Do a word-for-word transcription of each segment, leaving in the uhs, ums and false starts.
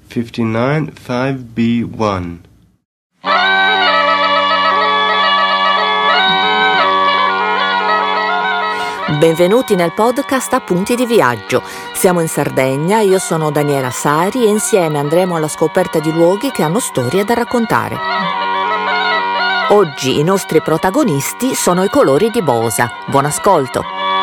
fifty-nine five B one. Benvenuti nel podcast Appunti di Viaggio. Siamo in Sardegna, io sono Daniela Sari e insieme andremo alla scoperta di luoghi che hanno storie da raccontare. Oggi i nostri protagonisti sono i colori di Bosa. Buon ascolto!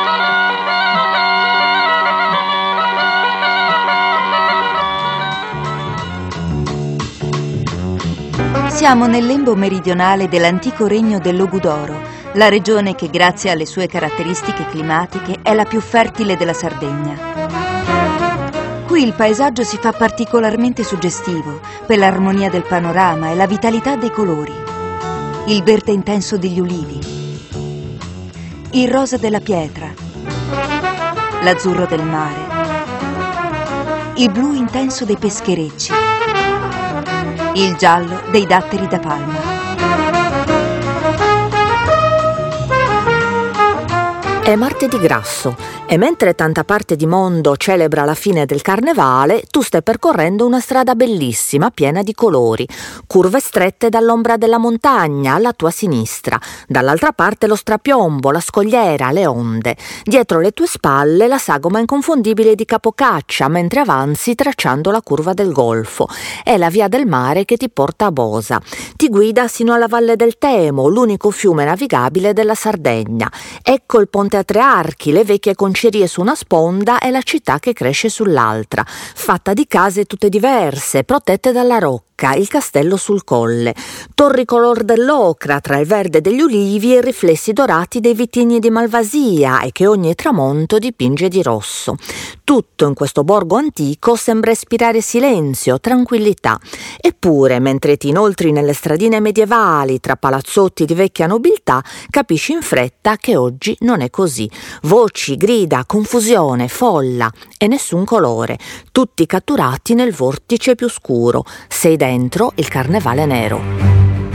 Siamo nel lembo meridionale dell'antico regno del Logudoro, la regione che grazie alle sue caratteristiche climatiche è la più fertile della Sardegna. Qui il paesaggio si fa particolarmente suggestivo per l'armonia del panorama e la vitalità dei colori. Il verde intenso degli ulivi, il rosa della pietra, l'azzurro del mare, il blu intenso dei pescherecci, il giallo dei datteri da palma. È martedì grasso e mentre tanta parte di mondo celebra la fine del carnevale, tu stai percorrendo una strada bellissima, piena di colori, curve strette dall'ombra della montagna alla tua sinistra, dall'altra parte lo strapiombo, la scogliera, le onde, dietro le tue spalle la sagoma inconfondibile di Capocaccia mentre avanzi tracciando la curva del Golfo. È la via del mare che ti porta a Bosa, ti guida sino alla Valle del Temo, l'unico fiume navigabile della Sardegna. Ecco il ponte a tre archi, le vecchie concerie su una sponda e la città che cresce sull'altra, fatta di case tutte diverse, protette dalla rocca, il castello sul colle, torri color dell'ocra tra il verde degli ulivi e i riflessi dorati dei vitigni di Malvasia e che ogni tramonto dipinge di rosso. Tutto in questo borgo antico sembra ispirare silenzio, tranquillità. Eppure, mentre ti inoltri nelle stradine medievali tra palazzotti di vecchia nobiltà, capisci in fretta che oggi non è così. Voci, grida, confusione, folla e nessun colore, tutti catturati nel vortice più scuro. Sei dentro il carnevale nero.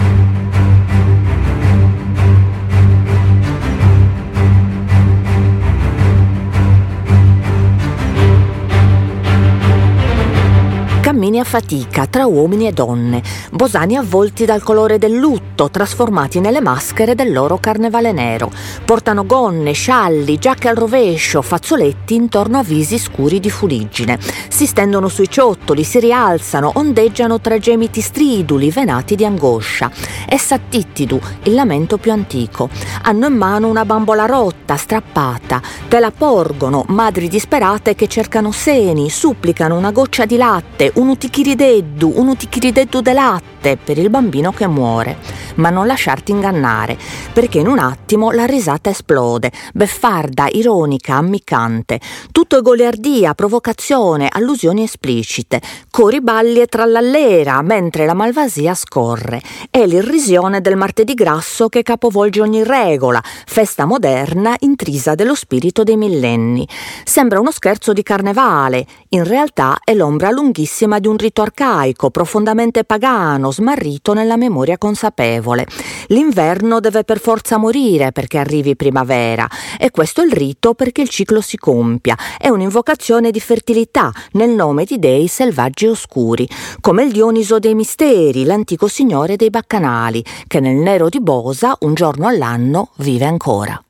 Cammini a fatica tra uomini e donne, bosani avvolti dal colore del lutto, trasformati nelle maschere del loro carnevale nero. Portano gonne, scialli, giacche al rovescio, fazzoletti intorno a visi scuri di fuliggine. Si stendono sui ciottoli, si rialzano, ondeggiano tra gemiti striduli, venati di angoscia. È Sattittidu, il lamento più antico. Hanno in mano una bambola rotta, strappata. Te la porgono, madri disperate che cercano seni, supplicano una goccia di latte, un utichirideddu, un utichirideddu de latte per il bambino che muore. Ma non lasciarti ingannare, perché in un attimo la risata esplode, beffarda, ironica, ammiccante. Tutto è goliardia, provocazione, allusioni esplicite, cori, balli e trallallera, mentre la malvasia scorre. È l'irrisione del martedì grasso che capovolge ogni regola, festa moderna intrisa dello spirito dei millenni. Sembra uno scherzo di carnevale, in realtà è l'ombra lunghissima di un rito arcaico, profondamente pagano, smarrito nella memoria consapevole. L'inverno deve per forza morire perché arrivi primavera, e questo è il rito perché il ciclo si compia. È un'invocazione di fertilità nel nome di dei selvaggi e oscuri, come il Dioniso dei misteri, l'antico signore dei baccanali, che nel nero di Bosa un giorno all'anno vive ancora.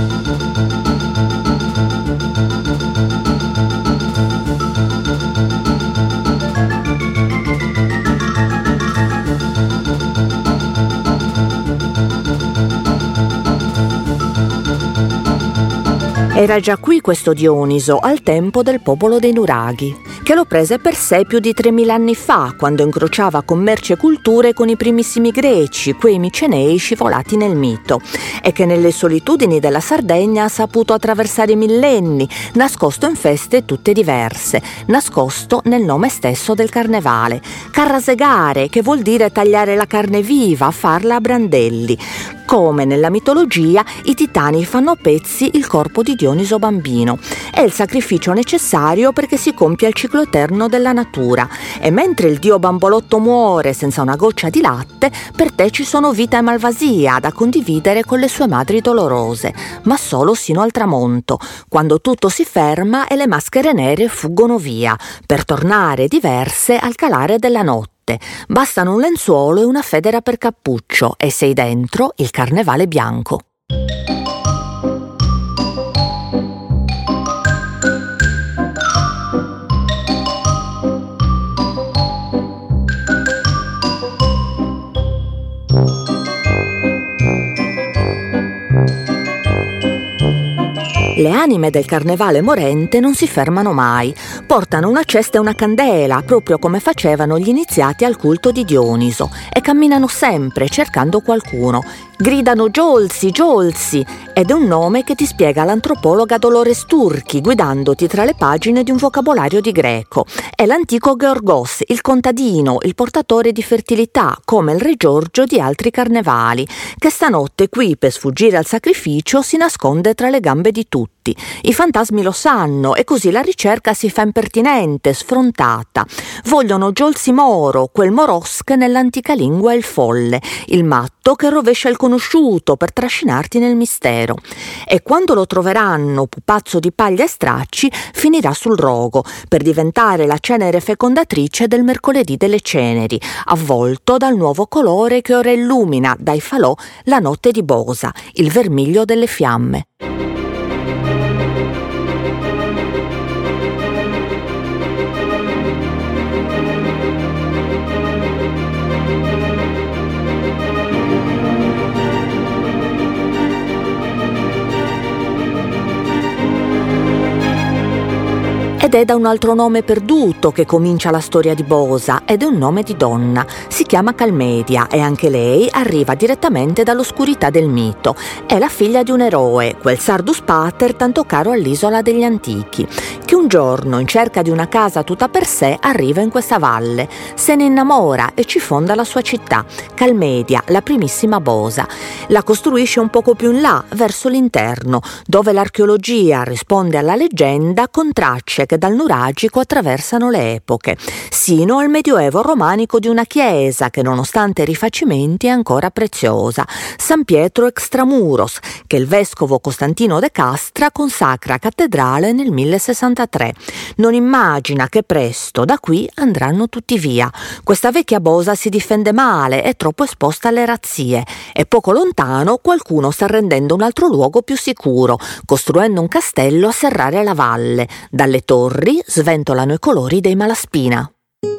Era già qui questo Dioniso al tempo del popolo dei Nuraghi, che lo prese per sé più di tremila anni fa, quando incrociava commercio e culture con i primissimi greci, quei micenei scivolati nel mito, e che nelle solitudini della Sardegna ha saputo attraversare i millenni, nascosto in feste tutte diverse, nascosto nel nome stesso del carnevale. Carrasegare, che vuol dire tagliare la carne viva, farla a brandelli. Come nella mitologia, i titani fanno a pezzi il corpo di Dioniso bambino. È il sacrificio necessario perché si compia il ciclo eterno della natura. E mentre il dio bambolotto muore senza una goccia di latte, per te ci sono vita e malvasia da condividere con le sue madri dolorose, ma solo sino al tramonto, quando tutto si ferma e le maschere nere fuggono via, per tornare diverse al calare della notte. Bastano un lenzuolo e una federa per cappuccio e sei dentro il carnevale bianco. Le anime del carnevale morente non si fermano mai, portano una cesta e una candela, proprio come facevano gli iniziati al culto di Dioniso, e camminano sempre cercando qualcuno. Gridano Giolsi, Giolsi, ed è un nome che ti spiega l'antropologa Dolores Turchi, guidandoti tra le pagine di un vocabolario di greco. È l'antico Georgos, il contadino, il portatore di fertilità, come il re Giorgio di altri carnevali, che stanotte qui per sfuggire al sacrificio si nasconde tra le gambe di tutti. I fantasmi lo sanno e così la ricerca si fa impertinente, sfrontata. Vogliono Giolsi Moro, quel moros che nell'antica lingua è il folle, il matto che rovescia il conosciuto per trascinarti nel mistero. E quando lo troveranno, pupazzo di paglia e stracci, finirà sul rogo per diventare la cenere fecondatrice del mercoledì delle ceneri, avvolto dal nuovo colore che ora illumina dai falò la notte di Bosa, il vermiglio delle fiamme. Ed è da un altro nome perduto che comincia la storia di Bosa, ed è un nome di donna. Si chiama Calmedia e anche lei arriva direttamente dall'oscurità del mito. È la figlia di un eroe, quel Sardus Pater tanto caro all'isola degli antichi, che un giorno, in cerca di una casa tutta per sé, arriva in questa valle, se ne innamora e ci fonda la sua città, Calmedia, la primissima Bosa. La costruisce un poco più in là, verso l'interno, dove l'archeologia risponde alla leggenda con tracce che dal nuragico attraversano le epoche, sino al medioevo romanico di una chiesa che nonostante i rifacimenti è ancora preziosa, San Pietro Extramuros, che il vescovo Costantino de Castra consacra cattedrale nel millesessantatré. Non immagina che presto da qui andranno tutti via. Questa vecchia Bosa si difende male, è troppo esposta alle razzie e poco lontano qualcuno sta rendendo un altro luogo più sicuro, costruendo un castello a serrare la valle. Dalle torri sventolano i colori dei Malaspina.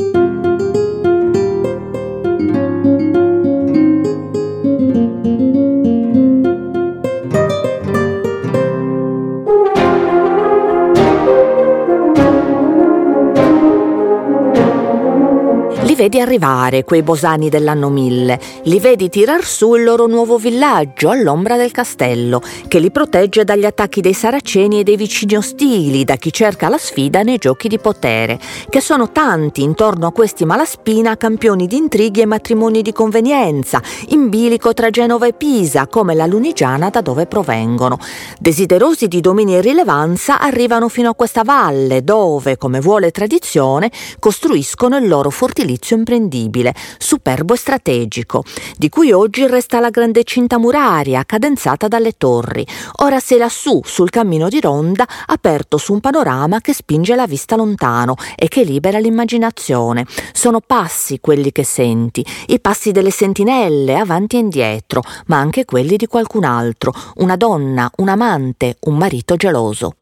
Li vedi arrivare, quei bosani dell'anno mille, li vedi tirar su il loro nuovo villaggio all'ombra del castello, che li protegge dagli attacchi dei saraceni e dei vicini ostili, da chi cerca la sfida nei giochi di potere, che sono tanti intorno a questi Malaspina, campioni di intrighi e matrimoni di convenienza, in bilico tra Genova e Pisa, come la Lunigiana da dove provengono. Desiderosi di domini e rilevanza arrivano fino a questa valle, dove, come vuole tradizione, costruiscono il loro fortilizio imprendibile, superbo e strategico, di cui oggi resta la grande cinta muraria cadenzata dalle torri. Ora sei lassù, sul cammino di ronda, aperto su un panorama che spinge la vista lontano e che libera l'immaginazione. Sono passi quelli che senti, i passi delle sentinelle avanti e indietro, ma anche quelli di qualcun altro, una donna, un amante, un marito geloso.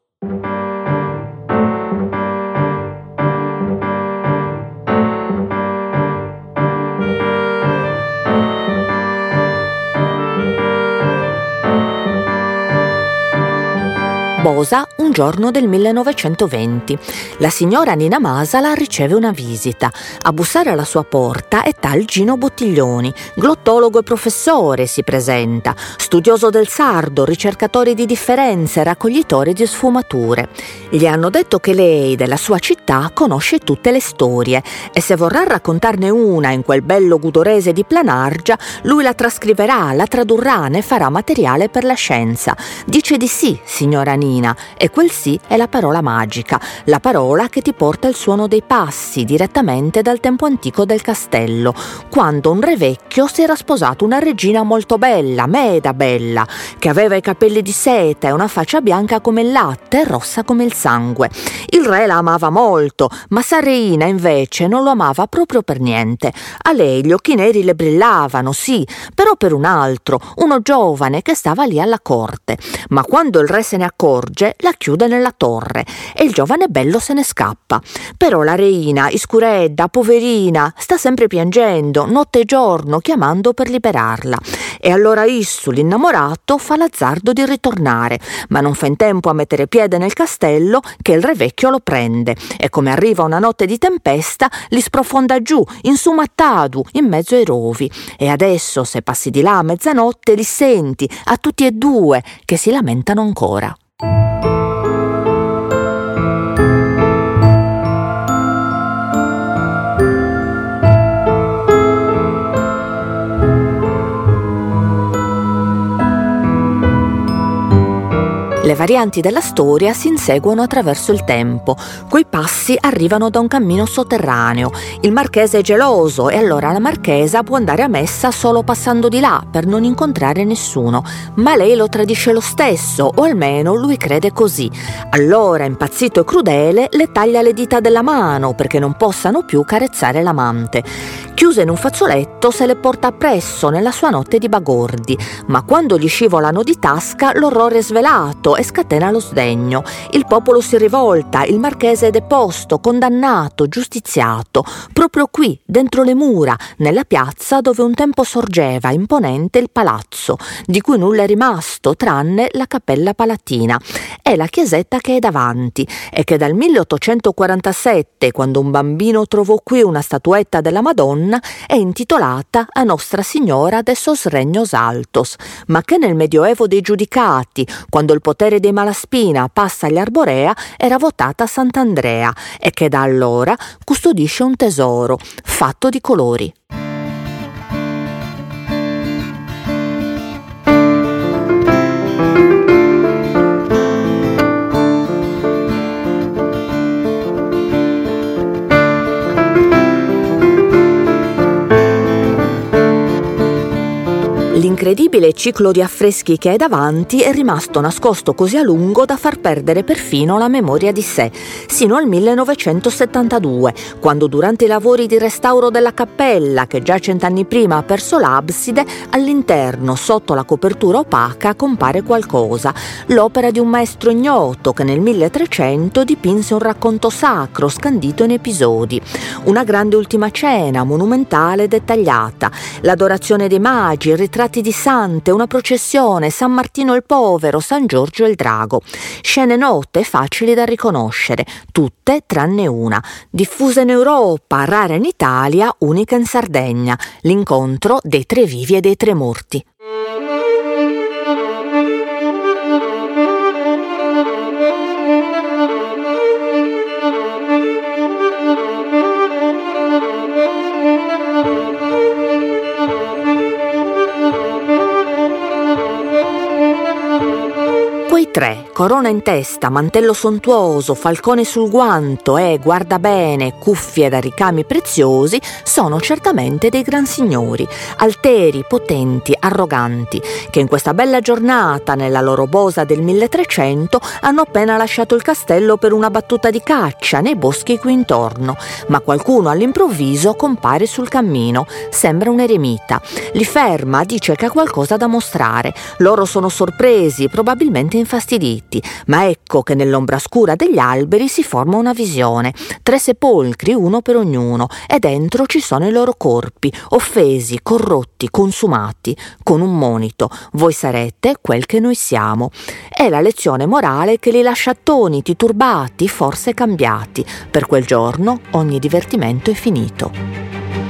Sposa un giorno del millenovecentoventi. La signora Nina Masala riceve una visita. A bussare alla sua porta è tal Gino Bottiglioni, glottologo e professore, si presenta, studioso del sardo, ricercatore di differenze, raccoglitore di sfumature. Gli hanno detto che lei della sua città conosce tutte le storie e se vorrà raccontarne una in quel bello gudorese di Planargia, lui la trascriverà, la tradurrà, ne farà materiale per la scienza. Dice di sì, signora Nina, e quel sì è la parola magica, la parola che ti porta il suono dei passi direttamente dal tempo antico del castello, quando un re vecchio si era sposato una regina molto bella, meda bella, che aveva i capelli di seta e una faccia bianca come il latte e rossa come il sangue. Il re la amava molto, ma sa reina invece non lo amava proprio per niente. A lei gli occhi neri le brillavano, sì, però per un altro, uno giovane che stava lì alla corte. Ma quando il re se ne accorge, la chiude nella torre e il giovane bello se ne scappa. Però la reina, iscuredda, poverina, sta sempre piangendo, notte e giorno, chiamando per liberarla. E allora Issu, l'innamorato, fa l'azzardo di ritornare, ma non fa in tempo a mettere piede nel castello che il re vecchio lo prende e come arriva una notte di tempesta li sprofonda giù, in su Mattadu, in mezzo ai rovi. E adesso, se passi di là a mezzanotte, li senti, a tutti e due, che si lamentano ancora. Le varianti della storia si inseguono attraverso il tempo. Quei passi arrivano da un cammino sotterraneo. Il marchese è geloso e allora la marchesa può andare a messa solo passando di là per non incontrare nessuno. Ma lei lo tradisce lo stesso, o almeno lui crede così. Allora, impazzito e crudele, le taglia le dita della mano perché non possano più carezzare l'amante. Chiuse in un fazzoletto, se le porta appresso nella sua notte di bagordi. Ma quando gli scivolano di tasca, l'orrore è svelato e scatena lo sdegno. Il popolo si rivolta, il marchese è deposto, condannato, giustiziato, proprio qui, dentro le mura, nella piazza dove un tempo sorgeva imponente il palazzo, di cui nulla è rimasto tranne la cappella palatina. È la chiesetta che è davanti e che dal milleottocentoquarantasette, quando un bambino trovò qui una statuetta della Madonna, è intitolata a Nostra Signora de sos Regnos Altos, ma che nel Medioevo dei Giudicati, quando il potere dei Malaspina passa agli Arborea, era votata a Sant'Andrea e che da allora custodisce un tesoro fatto di colori. L'incredibile ciclo di affreschi che è davanti è rimasto nascosto così a lungo da far perdere perfino la memoria di sé, sino al millenovecentosettantadue, quando durante i lavori di restauro della cappella, che già cent'anni prima ha perso l'abside, all'interno, sotto la copertura opaca, compare qualcosa, l'opera di un maestro ignoto che nel milletrecento dipinse un racconto sacro scandito in episodi, una grande ultima cena, monumentale e dettagliata, l'adorazione dei magi, il ritratto di sante, una processione, San Martino il Povero, San Giorgio il Drago. Scene note, facili da riconoscere, tutte tranne una, diffusa in Europa, rara in Italia, unica in Sardegna, l'incontro dei tre vivi e dei tre morti. Quei tre, corona in testa, mantello sontuoso, falcone sul guanto e, guarda bene, cuffie da ricami preziosi, sono certamente dei gran signori, alteri, potenti, arroganti, che in questa bella giornata, nella loro bosa del milletrecento, hanno appena lasciato il castello per una battuta di caccia nei boschi qui intorno, ma qualcuno all'improvviso compare sul cammino, sembra un eremita, li ferma, dice che ha qualcosa da mostrare, loro sono sorpresi, probabilmente infastiditi. morti, ma ecco che nell'ombra scura degli alberi si forma una visione, tre sepolcri, uno per ognuno, e dentro ci sono i loro corpi, offesi, corrotti, consumati, con un monito: voi sarete quel che noi siamo. È la lezione morale che li lascia attoniti, turbati, forse cambiati. Per quel giorno ogni divertimento è finito.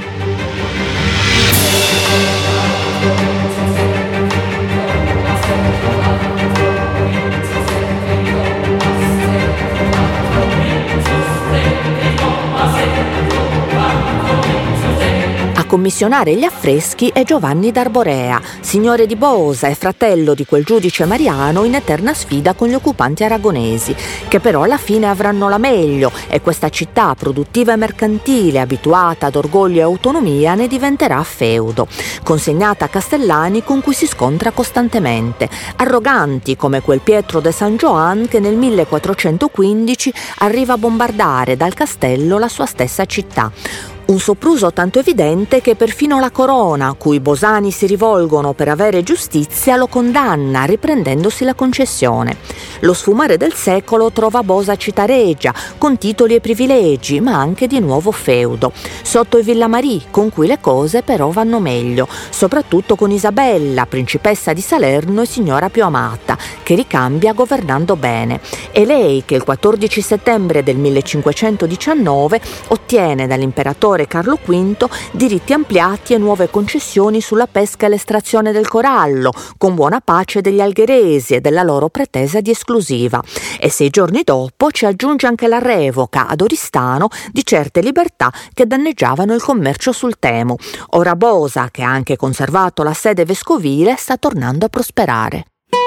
A commissionare gli affreschi è Giovanni d'Arborea, signore di Bosa e fratello di quel giudice Mariano in eterna sfida con gli occupanti aragonesi, che però alla fine avranno la meglio, e questa città produttiva e mercantile, abituata ad orgoglio e autonomia, ne diventerà feudo, consegnata a castellani con cui si scontra costantemente, arroganti come quel Pietro de San Gioan che nel millequattrocentoquindici arriva a bombardare dal castello la sua stessa città. Un sopruso tanto evidente che perfino la corona, a cui i Bosani si rivolgono per avere giustizia, lo condanna, riprendendosi la concessione. Lo sfumare del secolo trova Bosa cittareggia, con titoli e privilegi, ma anche di nuovo feudo. Sotto i Villamarí, con cui le cose però vanno meglio, soprattutto con Isabella, principessa di Salerno e signora più amata, che ricambia governando bene. È lei che il quattordici settembre del millecinquecentodiciannove ottiene dall'imperatore Carlo quinto diritti ampliati e nuove concessioni sulla pesca e l'estrazione del corallo, con buona pace degli algheresi e della loro pretesa di esclusiva. E sei giorni dopo ci aggiunge anche la revoca ad Oristano di certe libertà che danneggiavano il commercio sul Temu. Ora Bosa, che ha anche conservato la sede vescovile, sta tornando a prosperare.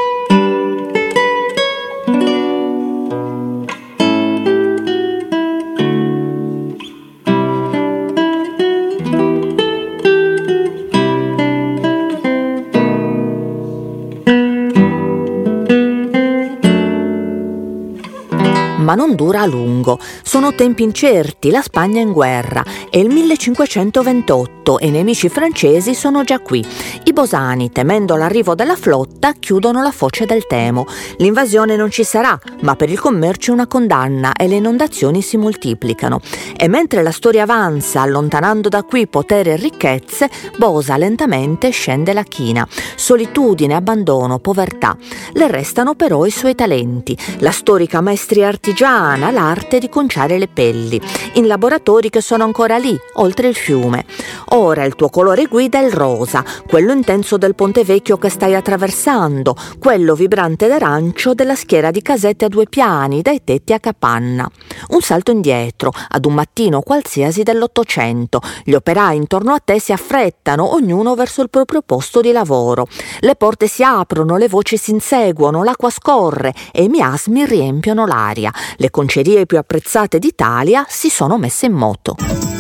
Ma non dura a lungo. Sono tempi incerti, la Spagna è in guerra. È il millecinquecentoventotto e i nemici francesi sono già qui. I Bosani, temendo l'arrivo della flotta, chiudono la foce del Temu. L'invasione non ci sarà, ma per il commercio una condanna e le inondazioni si moltiplicano. E mentre la storia avanza, allontanando da qui potere e ricchezze, Bosa lentamente scende la china. Solitudine, abbandono, povertà. Le restano però i suoi talenti, la storica maestria artigiana, l'arte di conciare le pelli, in laboratori che sono ancora lì, oltre il fiume. Ora il tuo colore guida è il rosa, quello intenso del Ponte Vecchio che stai attraversando, quello vibrante d'arancio della schiera di casette a due piani, dai tetti a capanna. Un salto indietro, ad un mattino qualsiasi dell'Ottocento. Gli operai intorno a te si affrettano, ognuno verso il proprio posto di lavoro. Le porte si aprono, le voci si inseguono, l'acqua scorre e i miasmi riempiono l'aria. Le concerie più apprezzate d'Italia si sono messe in moto.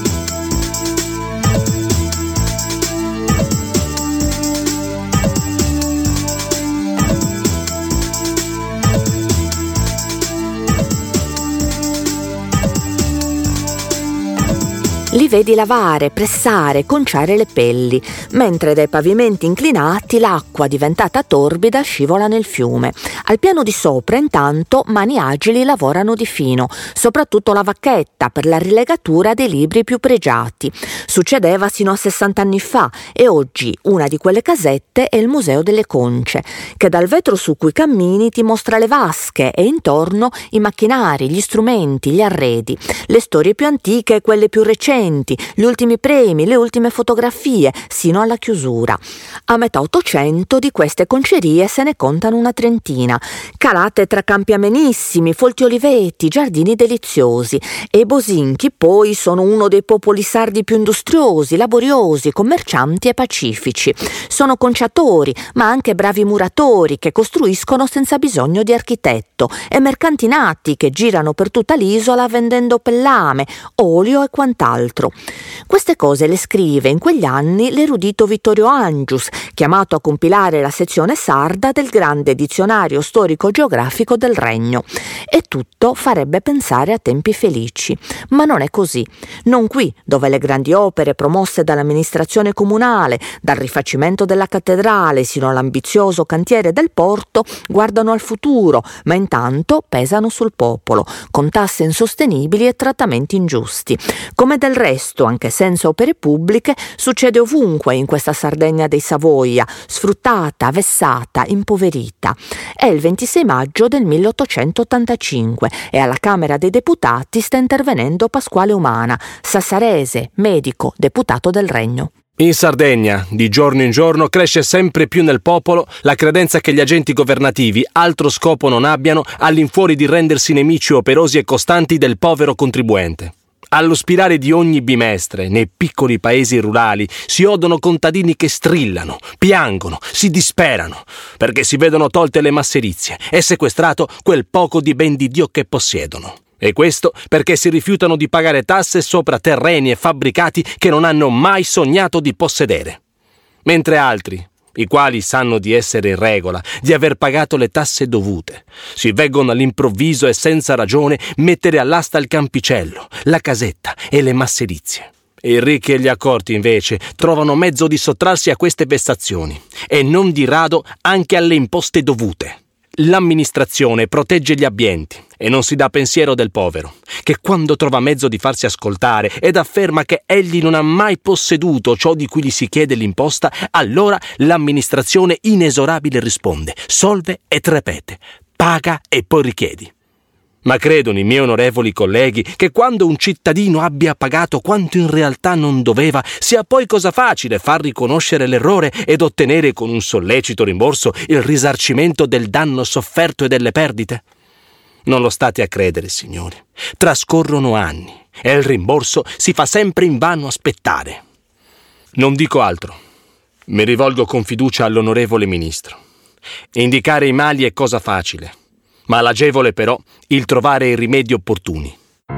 Li vedi lavare, pressare, conciare le pelli, mentre dai pavimenti inclinati l'acqua diventata torbida scivola nel fiume. Al piano di sopra, intanto, mani agili lavorano di fino, soprattutto la vacchetta per la rilegatura dei libri più pregiati. Succedeva sino a sessanta anni fa e oggi una di quelle casette è il Museo delle Conce, che dal vetro su cui cammini ti mostra le vasche e intorno i macchinari, gli strumenti, gli arredi, le storie più antiche e quelle più recenti, gli ultimi premi, le ultime fotografie, sino alla chiusura. A metà Ottocento di queste concerie se ne contano una trentina, calate tra campi amenissimi, folti oliveti, giardini deliziosi. E i Bosinchi poi sono uno dei popoli sardi più industriosi, laboriosi, commercianti e pacifici. Sono conciatori, ma anche bravi muratori che costruiscono senza bisogno di architetto, e mercanti nati che girano per tutta l'isola vendendo pellame, olio e quant'altro. Queste cose le scrive in quegli anni l'erudito Vittorio Angius, chiamato a compilare la sezione sarda del grande dizionario storico-geografico del Regno. E tutto farebbe pensare a tempi felici. Ma non è così. Non qui, dove le grandi opere promosse dall'amministrazione comunale, dal rifacimento della cattedrale sino all'ambizioso cantiere del porto, guardano al futuro, ma intanto pesano sul popolo, con tasse insostenibili e trattamenti ingiusti. Come del resto, anche senza opere pubbliche, succede ovunque in questa Sardegna dei Savoia, sfruttata, vessata, impoverita. È il ventisei maggio del milleottocentottantacinque e alla Camera dei Deputati sta intervenendo Pasquale Umana, sassarese, medico, deputato del Regno. In Sardegna, di giorno in giorno, cresce sempre più nel popolo la credenza che gli agenti governativi altro scopo non abbiano all'infuori di rendersi nemici operosi e costanti del povero contribuente. Allo spirare di ogni bimestre, nei piccoli paesi rurali, si odono contadini che strillano, piangono, si disperano, perché si vedono tolte le masserizie e sequestrato quel poco di ben di Dio che possiedono. E questo perché si rifiutano di pagare tasse sopra terreni e fabbricati che non hanno mai sognato di possedere. Mentre altri, i quali sanno di essere in regola, di aver pagato le tasse dovute, si veggono all'improvviso e senza ragione mettere all'asta il campicello, la casetta e le masserizie. I ricchi e gli accorti, invece, trovano mezzo di sottrarsi a queste vessazioni, e non di rado anche alle imposte dovute. L'amministrazione protegge gli abbienti e non si dà pensiero del povero, che quando trova mezzo di farsi ascoltare ed afferma che egli non ha mai posseduto ciò di cui gli si chiede l'imposta, allora l'amministrazione inesorabile risponde, solve e trepete, paga e poi richiedi. Ma credono i miei onorevoli colleghi che quando un cittadino abbia pagato quanto in realtà non doveva, sia poi cosa facile far riconoscere l'errore ed ottenere con un sollecito rimborso il risarcimento del danno sofferto e delle perdite? Non lo state a credere, signori. Trascorrono anni e il rimborso si fa sempre invano aspettare. Non dico altro. Mi rivolgo con fiducia all'onorevole ministro. Indicare i mali è cosa facile, ma l'agevole però il trovare i rimedi opportuni.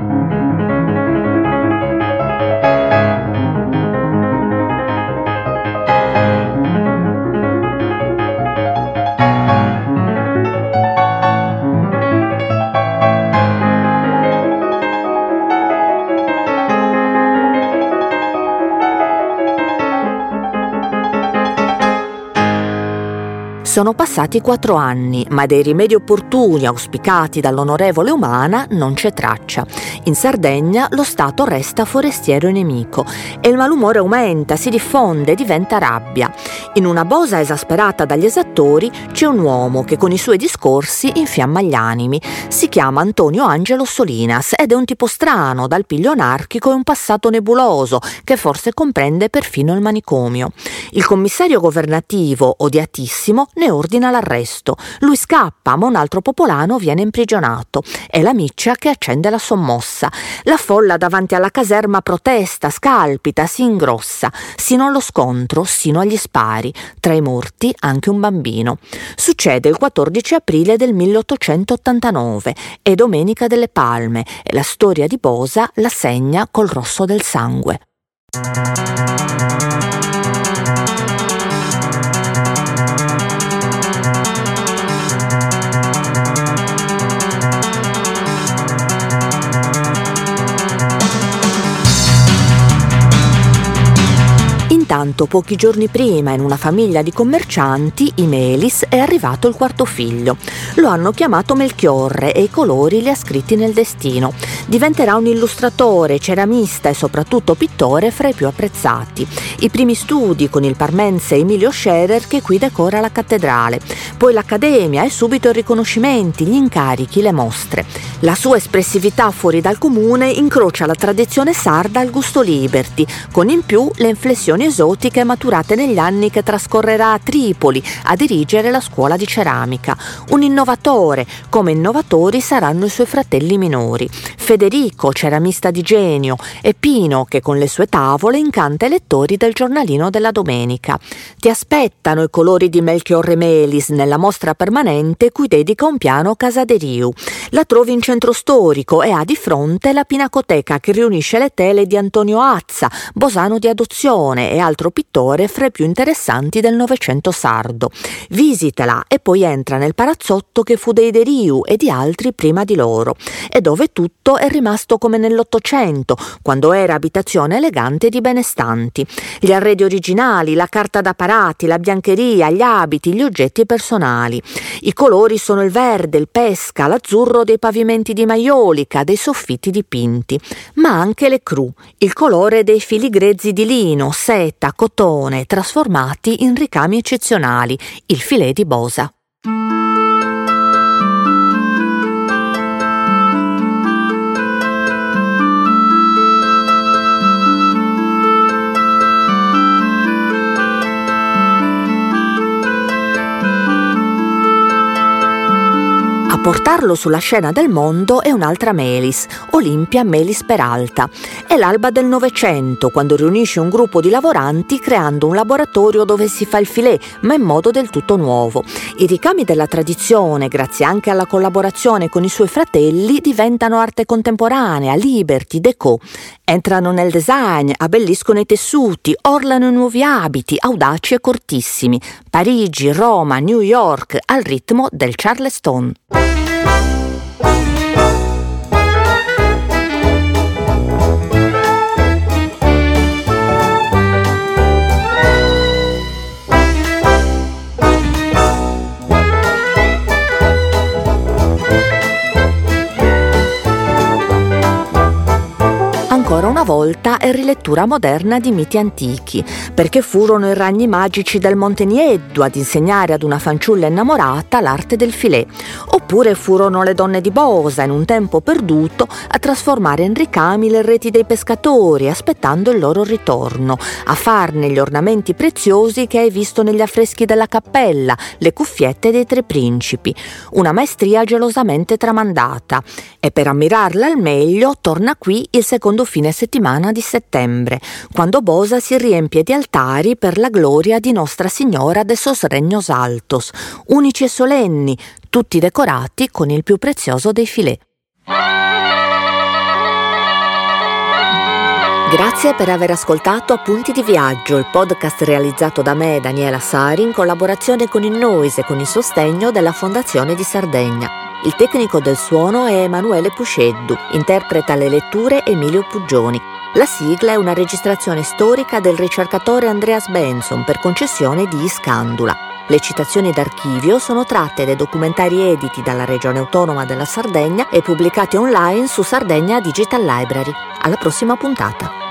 Sono passati quattro anni, ma dei rimedi opportuni auspicati dall'onorevole Umana non c'è traccia. In Sardegna lo Stato resta forestiero e nemico e il malumore aumenta, si diffonde, diventa rabbia. In una bosa esasperata dagli esattori c'è un uomo che con i suoi discorsi infiamma gli animi. Si chiama Antonio Angelo Solinas ed è un tipo strano, dal piglio anarchico e un passato nebuloso che forse comprende perfino il manicomio. Il commissario governativo, odiatissimo, ne ordina l'arresto. Lui scappa, ma un altro popolano viene imprigionato. È la miccia che accende la sommossa. La folla davanti alla caserma protesta, scalpita, si ingrossa, sino allo scontro, sino agli spari. Tra i morti anche un bambino. Succede il quattordici aprile del milleottocentottantanove. È Domenica delle Palme e la storia di Bosa la segna col rosso del sangue. Intanto, pochi giorni prima, in una famiglia di commercianti, i Melis, è arrivato il quarto figlio. Lo hanno chiamato Melchiorre e i colori li ha scritti nel destino. Diventerà un illustratore, ceramista e soprattutto pittore fra i più apprezzati. I primi studi con il parmense Emilio Scherer che qui decora la cattedrale. Poi l'accademia e subito i riconoscimenti, gli incarichi, le mostre. La sua espressività fuori dal comune incrocia la tradizione sarda al gusto liberty, con in più le inflessioni esotiche esotiche maturate negli anni che trascorrerà a Tripoli a dirigere la scuola di ceramica. Un innovatore, come innovatori saranno i suoi fratelli minori, Federico, ceramista di genio, e Pino, che con le sue tavole incanta i lettori del giornalino della domenica. Ti aspettano i colori di Melchiorre Melis nella mostra permanente cui dedica un piano Casaderiu. La trovi in centro storico e ha di fronte la Pinacoteca che riunisce le tele di Antonio Azza, Bosano di adozione e altro pittore fra i più interessanti del Novecento sardo. Visitala e poi entra nel palazzotto che fu dei Deriu e di altri prima di loro, e dove tutto è rimasto come nell'Ottocento, quando era abitazione elegante di benestanti. Gli arredi originali, la carta da parati, la biancheria, gli abiti, gli oggetti personali. I colori sono il verde, il pesca, l'azzurro dei pavimenti di maiolica, dei soffitti dipinti, ma anche le cru, il colore dei fili grezzi di lino, seta, cotone, trasformati in ricami eccezionali, il filè di Bosa. A portarlo sulla scena del mondo è un'altra Melis, Olimpia Melis Peralta. È l'alba del Novecento, quando riunisce un gruppo di lavoranti creando un laboratorio dove si fa il filè, ma in modo del tutto nuovo. I ricami della tradizione, grazie anche alla collaborazione con i suoi fratelli, diventano arte contemporanea, liberty, déco. Entrano nel design, abbelliscono i tessuti, orlano i nuovi abiti, audaci e cortissimi. Parigi, Roma, New York, al ritmo del Charleston. Ancora una volta è rilettura moderna di miti antichi, perché furono i ragni magici del Monte Nieddu ad insegnare ad una fanciulla innamorata l'arte del filè, oppure furono le donne di Bosa, in un tempo perduto, a trasformare in ricami le reti dei pescatori, aspettando il loro ritorno, a farne gli ornamenti preziosi che hai visto negli affreschi della cappella, le cuffiette dei tre principi, una maestria gelosamente tramandata. E per ammirarla al meglio torna qui il secondo fine settimana di settembre, quando Bosa si riempie di altari per la gloria di Nostra Signora de sos Regnos Altos, unici e solenni, tutti decorati con il più prezioso dei filè. Grazie per aver ascoltato Appunti di Viaggio, il podcast realizzato da me, Daniela Sari, in collaborazione con il Noise e con il sostegno della Fondazione di Sardegna. Il tecnico del suono è Emanuele Pusceddu, interpreta le letture Emilio Puggioni. La sigla è una registrazione storica del ricercatore Andreas Benson per concessione di Iscandula. Le citazioni d'archivio sono tratte dai documentari editi dalla Regione Autonoma della Sardegna e pubblicati online su Sardegna Digital Library. Alla prossima puntata.